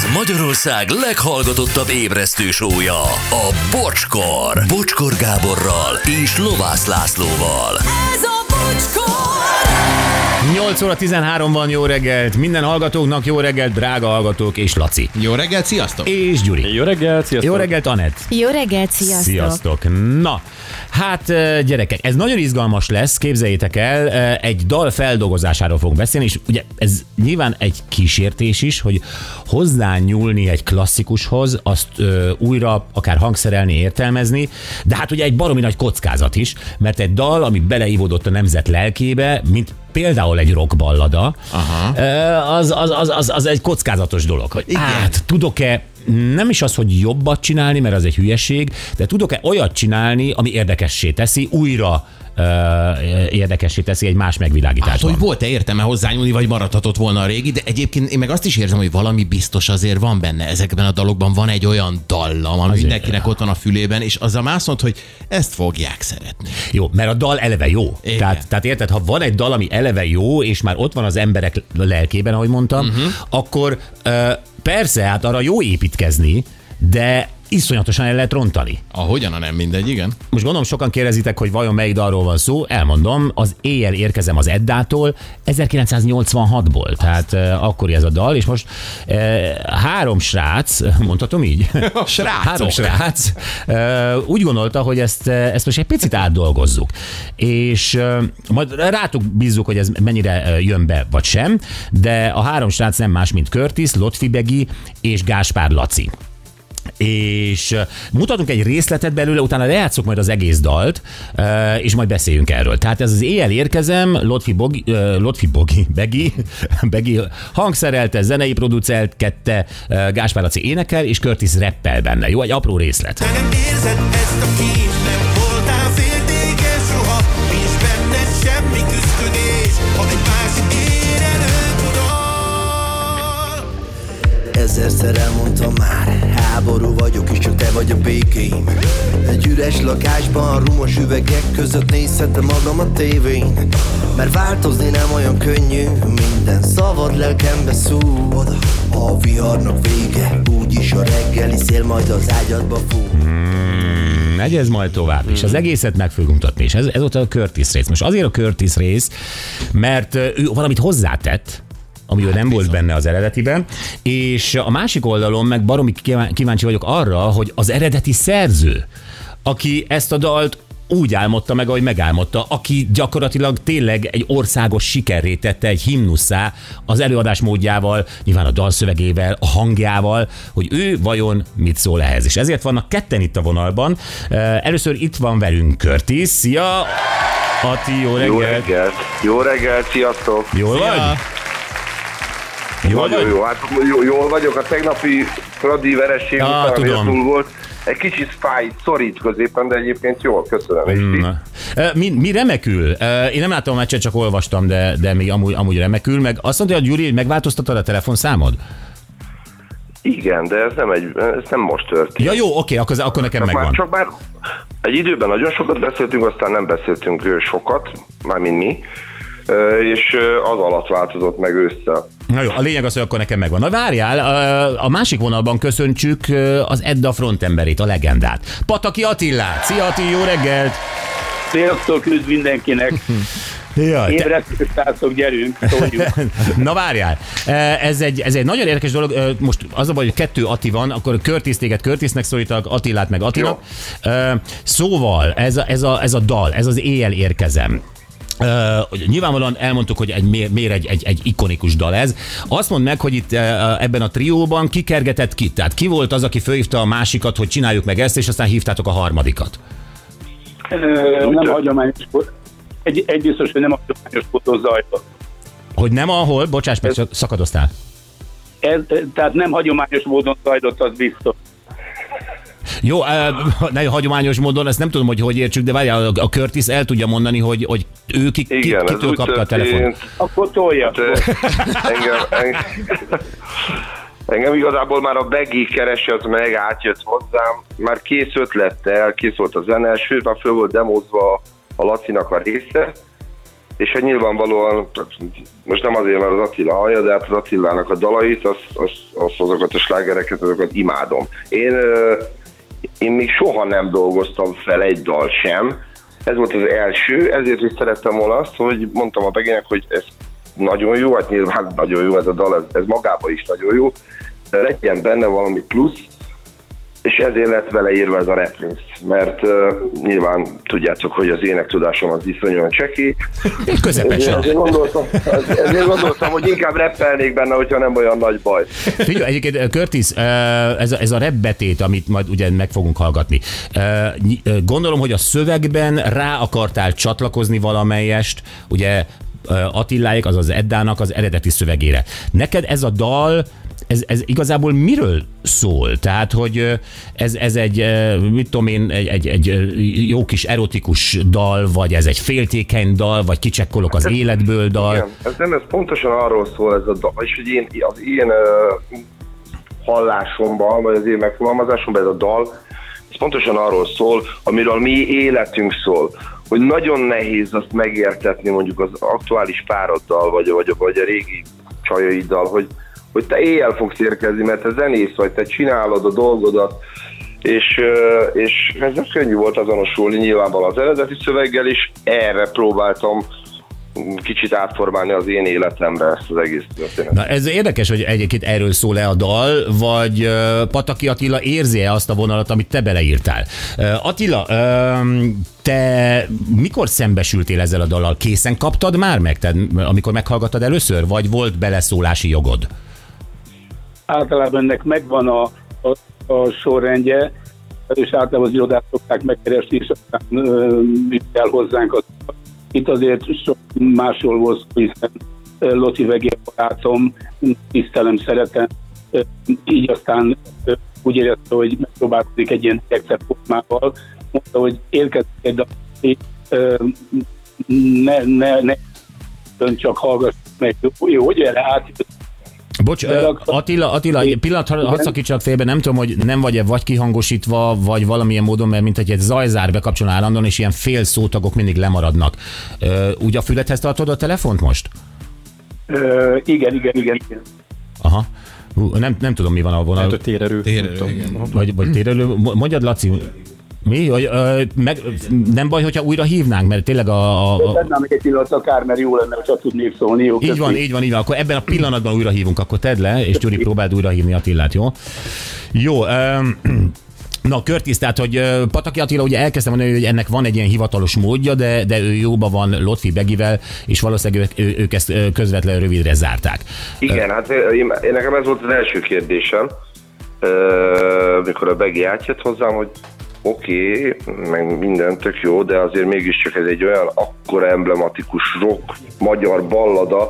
Ez Magyarország leghallgatottabb ébresztő show-ja, a Bocskor. Bocskor Gáborral és Lovász Lászlóval. Ez a Bocskor! 8 óra 13 van, jó reggelt minden hallgatóknak, jó reggelt drága hallgatók és Laci. Jó reggelt, sziasztok! És Gyuri. Jó reggelt, sziasztok! Jó reggelt, Anett. Jó reggelt, sziasztok! Sziasztok! Na, hát gyerekek, ez nagyon izgalmas lesz, képzeljétek el, egy dal feldolgozásáról fogunk beszélni, és ugye ez nyilván egy kísértés is, hogy hozzányúlni egy klasszikushoz, azt újra akár hangszerelni, értelmezni, de hát ugye egy baromi nagy kockázat is, mert egy dal, ami beleívódott a nemzet lelkébe, mint például egy rockballada, az egy kockázatos dolog. Hogy hát tudok-e nem is az, hogy jobbat csinálni, mert az egy hülyeség, de tudok-e olyat csinálni, ami érdekessé teszi, újra érdekessé teszi egy más megvilágításban. Hát, hogy volt-e értelme hozzányúlni, vagy maradhatott volna a régi, de egyébként én meg azt is érzem, hogy valami biztos azért van benne. Ezekben a dalokban van egy olyan dallam, ami mindenkinek ott van a fülében, és azzal már azt mondta, hogy ezt fogják szeretni. Jó, mert a dal eleve jó. Tehát érted, ha van egy dal, ami eleve jó, és már ott van az emberek lelkében, ahogy mondtam, akkor persze, hát arra jó építkezni, de iszonyatosan el lehet rontani. Ahogyan, nem mindegy, igen. Most gondolom sokan kérdezitek, hogy vajon melyik dalról van szó, elmondom, az Éjjel érkezem az Eddától, 1986-ból, tehát akkori ez a dal, és most három srác, mondhatom így? Három srác úgy gondolta, hogy ezt most egy picit átdolgozzuk, és majd rátok bízzuk, hogy ez mennyire jön be, vagy sem, de a három srác nem más, mint Curtis, Lotfi Begi és Gáspár Laci. És mutatunk egy részletet belőle, utána lejátszok majd az egész dalt, és majd beszéljünk erről. Tehát ez az Éjjel érkezem, Lotfi Begi hangszerelte, zenei producerkedte, Gáspár Laci énekel, és Curtis rappel benne. Jó, egy apró részlet. Nem érzed ezt a kést, nem voltál féltékeny soha, nincs benned semmi küszködés, ha egy másik ér előtt ural. Ezerszer elmondtam már, háború vagyok, és csak te vagy a békém. Egy üres lakásban, rumos üvegek között nézhetem magam a tévén. Mert változni nem olyan könnyű, minden szabad lelkembe szúr. A viharnak vége, úgyis a reggeli szél majd az ágyadba fúr. Megy ez majd tovább, és az egészet meg fogjuk mutatni, és ez ott a Curtis rész. Most azért a Curtis rész, mert ő valamit hozzátett, ami nem volt benne az eredetiben, és a másik oldalon meg baromi kíváncsi vagyok arra, hogy az eredeti szerző, aki ezt a dalt úgy álmodta meg, ahogy megálmodta, aki gyakorlatilag tényleg egy országos sikerré tette, egy himnusszá az előadás módjával, nyilván a dalszövegével, a hangjával, hogy ő vajon mit szól ehhez. És ezért vannak ketten itt a vonalban. Először itt van velünk Curtis. Szia! Ati, jó reggelt! Jó reggelt! Jó reggelt, sziasztok! Jól vagy? Nagyon jó, hát jól vagyok, a tegnapi Fradi vereség után, ami túl volt. Egy kicsit fájt, szorít középen, de egyébként jól, köszönöm. Mi remekül. Én nem láttam a meccset, csak olvastam, de még amúgy remekül. Meg azt mondja, hogy Gyuri, hogy megváltoztattad a telefonszámod? Igen, de ez nem most történt. Ja jó, oké, akkor nekem megvan. Csak már egy időben nagyon sokat beszéltünk, aztán nem beszéltünk sokat, mármint mi, és az alatt változott meg ősszel. Na jó, a lényeg az, hogy akkor nekem megvan. Na várjál, a másik vonalban köszöntsük az Edda frontemberét, a legendát. Pataki Attillát. Szia Ati, jó reggelt! Sziasztok, üdv mindenkinek! Ébresztő srácok, gyerünk, toljunk. Na várjál, ez egy nagyon érdekes dolog, most az a baj, hogy kettő Ati van, akkor Curtis téged Curtisnek szólítanak, Attillát meg Attinak. Szóval ez a dal, ez az Éjjel érkezem. Nyilvánvalóan elmondtuk, hogy miért egy ikonikus dal ez. Azt mondd meg, hogy itt ebben a trióban ki kergetett ki? Tehát ki volt az, aki fölhívta a másikat, hogy csináljuk meg ezt, és aztán hívtátok a harmadikat? Nem hagyományos volt. Egy biztos, hogy nem a hagyományos módon zajlott. Hogy nem ahol? Bocsáss meg, szakadoztál. Tehát nem hagyományos módon zajlott, az biztos. Jó, hagyományos módon, ezt nem tudom, hogy értsük, de várjál, a Curtis el tudja mondani, hogy ő kitől kapta a telefont. Akkor tolja. Engem igazából már a Begi keresett meg, átjött hozzám, már kész ötlettel, kész volt a zene, sőt már föl volt demozva a Lacinak a része, és hát nyilvánvalóan, most nem azért, mert az Attila hallja, de hát az Attilának a dalait, azokat a slágereket, azokat imádom. Én még soha nem dolgoztam fel egy dal sem, ez volt az első, ezért is szerettem volna azt, hogy mondtam a Begének, hogy ez nagyon jó, hát nyilván nagyon jó ez a dal, ez magában is nagyon jó, de legyen benne valami plusz, és ezért lett vele írva ez a refrénz, mert nyilván tudjátok, hogy az énektudásom az iszonyúan csekély. Közepesen. Ezért gondoltam, hogy inkább rappelnék benne, hogyha nem olyan nagy baj. Figyelj, egyébként Curtis, ez a rap betét, amit majd ugye meg fogunk hallgatni. Gondolom, hogy a szövegben rá akartál csatlakozni valamelyest, ugye Attiláék, azaz Eddának az eredeti szövegére. Neked ez a dal, ez igazából miről szól? Tehát, hogy ez egy, mit tudom én, egy jó kis erotikus dal, vagy ez egy féltékeny dal, vagy kicsekkolok az életből dal? Igen, ez pontosan arról szól ez a dal, és hogy az én hallásomban, vagy az én megfogalmazásomban ez a dal, ez pontosan arról szól, amiről mi életünk szól. Hogy nagyon nehéz azt megértetni mondjuk az aktuális pároddal, vagy a régi csajaiddal, hogy te éjjel fogsz érkezni, mert te zenész vagy, te csinálod a dolgodat, és ez könnyű volt azonosulni nyilvánvalóan az eredeti szöveggel, és erre próbáltam kicsit átformálni az én életemre ezt az egész történetet. Na ez érdekes, hogy egyébként erről szól-e a dal, vagy Pataki Attila érzi-e azt a vonalat, amit te beleírtál? Attila, te mikor szembesültél ezzel a dallal? Készen kaptad már meg, te, amikor meghallgattad először, vagy volt beleszólási jogod? Általában ennek megvan a sorrendje, és általában az irodát szokták megkeresni, és aztán el hozzánk. Itt azért sok másról volt szó, hiszen Loti Vegér barátom, tisztelem, szeretem, így aztán úgy érezte, hogy megpróbálkozik egy ilyen direkt formával, mondta, hogy érkezik egy dal, ne csak hallgass meg, jó, hogy erre átjött. Bocs, Attila, egy pillanat, hadd szakítsak félbe, nem tudom, hogy nem vagy-e vagy kihangosítva, vagy valamilyen módon, mert mint egy zajzár bekapcsol állandóan, és ilyen fél szótagok mindig lemaradnak. Úgy a füledhez tartod a telefont most? Igen. Aha. Nem tudom, mi van a vonal. Hát, hogy térerő. Vagy térerő. Mondjad, Laci. Mi? Nem baj, hogyha újra hívnánk, mert tényleg Tennám még egy pillanat akár, mert jó lenne, csak tudnék szólni. Jó, így van. Akkor ebben a pillanatban újra hívunk, akkor tedd le, és Gyuri próbáld újra hívni Attilát, jó? Jó, na Curtis, tehát, hogy Pataki Attila ugye elkezdte mondani, hogy ennek van egy ilyen hivatalos módja, de ő jóban van Lotfi Begivel, és valószínűleg ők ezt közvetlenül rövidre zárták. Igen, hát nekem ez volt az első kérdésem, mikor a Begi átjött hozzám, hogy oké, meg minden tök jó, de azért mégiscsak ez egy olyan akkora emblematikus rock, magyar ballada,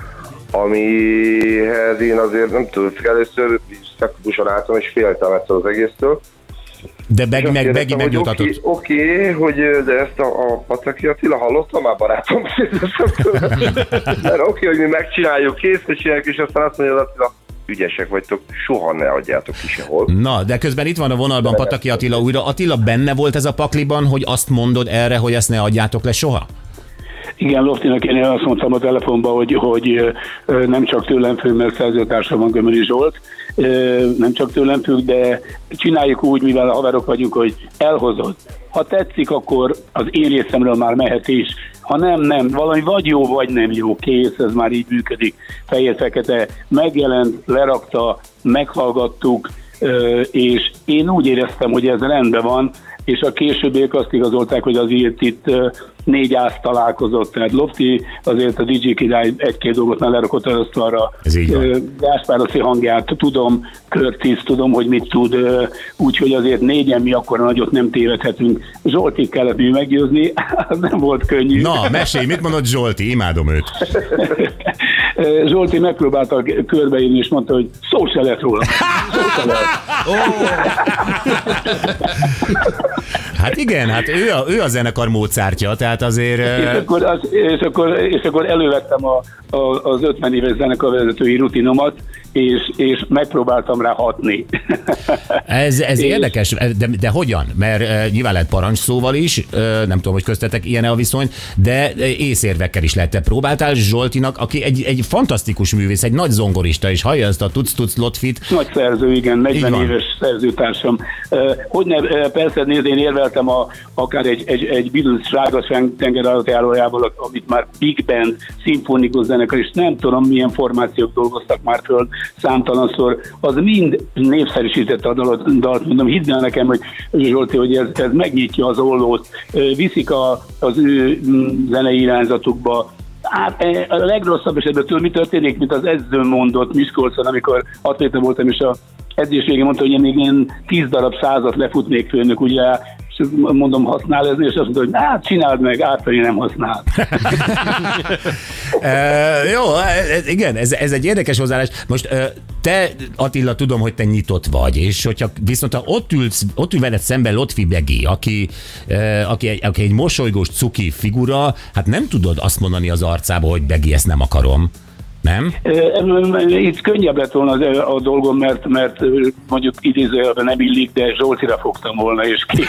amihez én azért nem tudom, először szektorusan álltam, és féltem ettől az egésztől. De Begi megnyugtatott. Oké, hogy de ezt a Pataki Attila hallotta már barátom? Mert oké, hogy mi megcsináljuk, készre csináljuk, és aztán azt mondja, hogy Attila, ügyesek vagytok, soha ne adjátok ki sehol. Na, de közben itt van a vonalban Pataki Attila újra. Attila, benne volt ez a pakliban, hogy azt mondod erre, hogy ezt ne adjátok le soha? Igen, Loftinak én azt mondtam a telefonban, hogy nem csak tőlem függ, mert szerzőtársa van, Gömöri Zsolt, nem csak tőlem függ, de csináljuk úgy, mivel a haverok vagyunk, hogy elhozod. Ha tetszik, akkor az én részemről már mehet is. Ha nem, valami vagy jó, vagy nem jó, kész, ez már így működik. Fehér-fekete megjelent, lerakta, meghallgattuk, és én úgy éreztem, hogy ez rendben van, és a későbbiek azt igazolták, hogy azért itt 4 ász találkozott, tehát Lofti azért a DJ Király 1-2 dolgot már lerakott az asztalra. Gáspár Laci hangját tudom, Curtis tudom, hogy mit tud, úgyhogy azért 4-en mi akkor nagyot nem tévedhetünk. Zsoltit kellett mi meggyőzni, az nem volt könnyű. Na, mesélj, mit mondott Zsolti? Imádom őt. Zsolti megpróbálta körbeírni, és mondta, hogy szó se lett róla. Hát igen, hát ő a zenekar Mozartja, tehát azért... És akkor elővettem az 50 éves zenekarvezetői rutinomat, és megpróbáltam rá hatni. Ez érdekes, de hogyan? Mert nyilván lehet parancsszóval is, nem tudom, hogy köztetek ilyen a viszony, de észérvekkel is lehet. Te próbáltál Zsoltinak, aki egy fantasztikus művész, egy nagy zongorista, és hallja ezt a tuc lotfit. Nagy szerző, igen, 40 éves szerzőtársam. Persze nézd, én érveltem akár egy Beatles srága tenger alattjárójával, amit már Big Band, szimfonikus zenekar, és nem tudom milyen formációk dolgoztak már föl számtalanszor, az mind népszerűsítette a dalt, mondom, hidd el nekem, hogy Zsolti, hogy ez megnyitja az ollót, viszik az ő zenei irányzatukba. Hát a legrosszabb esetben mi történik, mint az edzőm mondott Miskolcon, amikor atléta voltam, és a edzés végén mondta, hogy én még 10 darab 100-at lefutnék főnök, ugye, és mondom, használ ez, és azt mondta, hogy hát csináld meg, átfelé nem használ. Jó, igen, ez egy érdekes hozzáállás. Most te, Attila, tudom, hogy te nyitott vagy, és hogyha viszont ha ott ül veled szemben Lotfi Begi, aki egy mosolygós cuki figura, hát nem tudod azt mondani az arcába, hogy Begi, ezt nem akarom. Nem? Itt könnyebb lett volna a dolgom, mert mondjuk idézőjelben nem illik, de Zsoltira fogtam volna, és kész.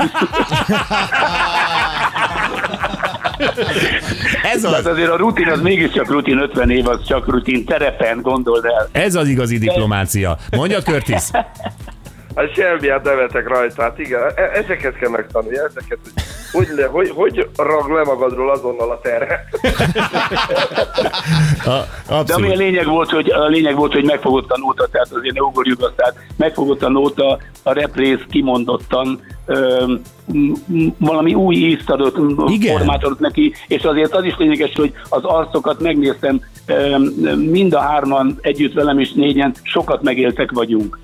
Ez az. Tehát azért a rutin az mégiscsak rutin, 50 év az csak rutin, terepen, gondold el. Ez az igazi diplomácia. Mondjad, Curtis? Hát semmiát nevetek rajta, hát igen, ezeket kell megtanulni, ezeket, hogy ragd le magadról azonnal a terhet. De ami a lényeg volt, hogy megfogott a nóta, tehát azért ne ugorjuk azt, tehát megfogott a nóta, a représz kimondottan, valami új ízt adott, formát adott neki, és azért az is lényeges, hogy az arcokat megnéztem, mind a hárman együtt velem is 4-en sokat megéltek vagyunk.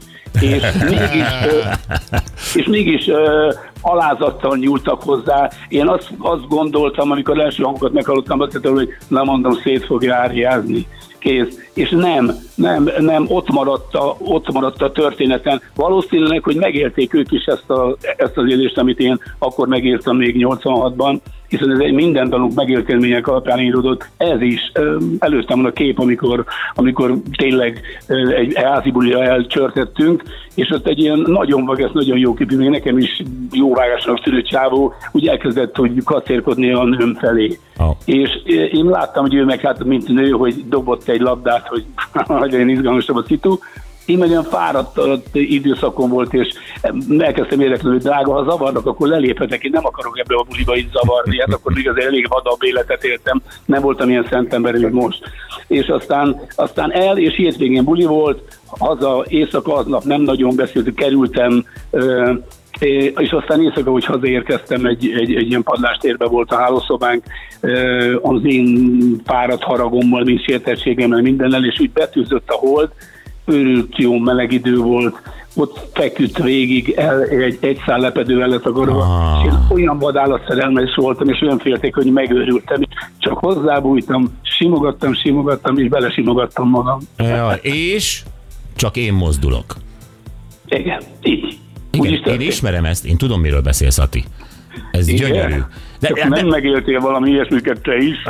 És mégis alázattal nyúltak hozzá. Én azt gondoltam, amikor első hangokat meghallottam, azt hittem, hogy nem mondom, szét fogja áriázni. Kész. És nem, ott maradt a történeten. Valószínűleg, hogy megélték ők is ezt az élést, amit én akkor megéltem még 86-ban, hiszen ez egy minden dalunk megélt élmények alapján íródott. Ez is előttem van a kép, amikor tényleg egy házi bulira elcsörtettünk, és ott egy ilyen nagyon vagász, nagyon jó kép, még nekem is jó vágásnak tűnő csávó, úgy elkezdett, hogy kacérkodni a nőm felé. Oh. És én láttam, hogy ő meg hát, mint nő, hogy dobott egy labdát, hogy nagyon izgalmasabb a szitu. Én meg olyan fáradt időszakon volt, és elkezdtem érdeklődni, hogy drága, ha zavarnak, akkor leléphetek, én nem akarok ebbe a buliba itt zavarni, hát akkor még az elég vadabb életet éltem, nem voltam ilyen szent ember, mint most. És aztán és hétvégén buli volt, haza, éjszaka aznap nem nagyon beszéltük, kerültem, és aztán éjszaka, hogy hazaérkeztem, egy ilyen padlástérbe volt a hálószobánk, az én fáradt haragommal, mint sértettségemmel, mindennel, és úgy betűzött a hold, őrült jó meleg idő volt, ott feküdt végig egy szál lepedővel letagadva, és én olyan vadállatszerelmes voltam, és olyan félték, hogy megőrültem, csak hozzábújtam, simogattam, és belesimogattam magam. Ja, és csak én mozdulok. Igen, így. Igen, én ismerem ezt, én tudom, miről beszélsz, Ati. Ez igen, gyönyörű. De nem megéltél valami ilyesmiket te is.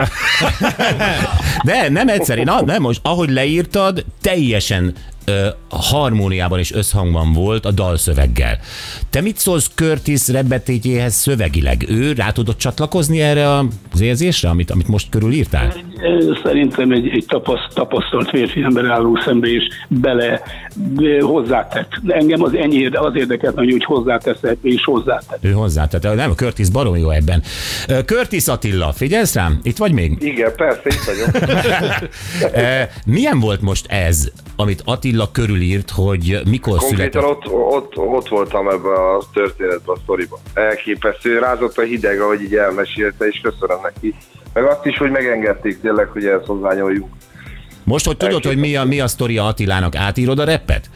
De nem egyszer, nem most, ahogy leírtad, teljesen harmóniában és összhangban volt a dalszöveggel. Te mit szólsz Curtis rebbetétjéhez szövegileg? Ő rá tudott csatlakozni erre az érzésre, amit most körülírtál? Szerintem egy tapasztalt férfi ember álló szembe, és bele hozzátett. Engem az érdekelt, hogy hozzáteszett, és hozzátett. Ő hozzátett. Nem, Curtis barom jó ebben. Curtis Attila, figyelsz rám? Itt vagy még? Igen, persze, itt vagyok. Milyen volt most ez, amit Attila körülírt, hogy mikor született? Ott voltam ebben a történetben, a sztoriban. Elképesztő, rázott a hideg, ahogy így elmesélte, és köszönöm neki. Meg azt is, hogy megengedték tényleg, hogy ezt hozzányoljunk. Most, hogy tudod, hogy mi a sztoria Attilának, átírod a rappet?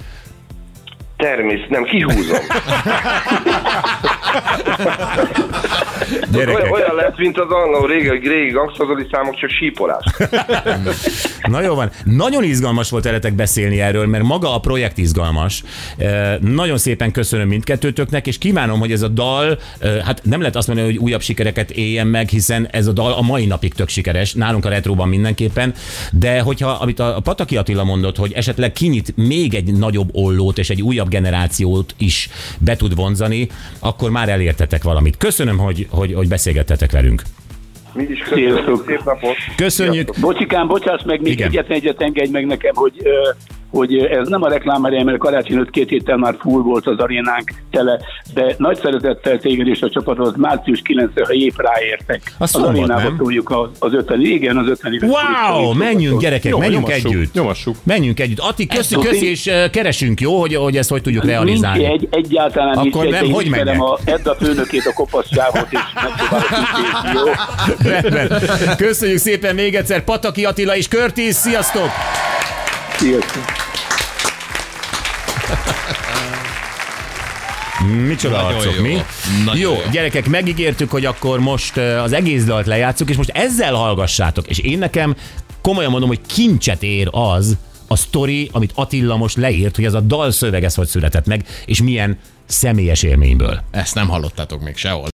Természetesen, nem, kihúzom. Gyerekek. Olyan lesz, mint az annó régi gangstazoli számok, csak sípolás. Na jó van. Nagyon izgalmas volt veletek beszélni erről, mert maga a projekt izgalmas. Nagyon szépen köszönöm mindkettőtöknek, és kívánom, hogy ez a dal, hát nem lehet azt mondani, hogy újabb sikereket éljen meg, hiszen ez a dal a mai napig tök sikeres, nálunk a retróban mindenképpen, de hogyha, amit a Pataki Attila mondott, hogy esetleg kinyit még egy nagyobb ollót, és egy újabb generációt is be tud vonzani, akkor már elértetek valamit. Köszönöm, hogy beszélgettetek velünk. Mi is köszönjük, Sziasztok. szép napot. Köszönjük. Bocsikám, bocsáss meg, még Igen. egyet engedj meg nekem, hogy ez nem a reklámereje, mert karácsony 2 héttel már full volt az arénánk tele, de nagy szeretettel téged és a csapatod március 9-re, ha épp ráértek. Az Az szombat, arénába nem? szóljuk az 50. Igen, az 50 éves. Wow, menjünk gyerekek, Jó, menjünk nyomassuk, együtt. nyomassuk. Menjünk együtt. Atti, köszi, Ez köszi, és keresünk, jó, hogy ezt hogy tudjuk realizálni. Nincs egyáltalán Akkor nincs nem, hogy ismerem menjek? a Edda főnökét, a kopaszsávot, és megpróbálok intézni, jó? Rendben. Köszönjük szépen még egyszer, Pataki Attila és Curtis, sziasztok! Sziasztok. Micsoda Nagyon arcok, jó. mi? Nagyon Jó, jó. gyerekek, megígértük, hogy akkor most az egész dalt lejátszuk, és most ezzel hallgassátok. És én nekem komolyan mondom, hogy kincset ér az a sztori, amit Attila most leírt, hogy ez a dal szöveg ez hogy született meg, és milyen személyes élményből. Ezt nem hallottátok még sehol.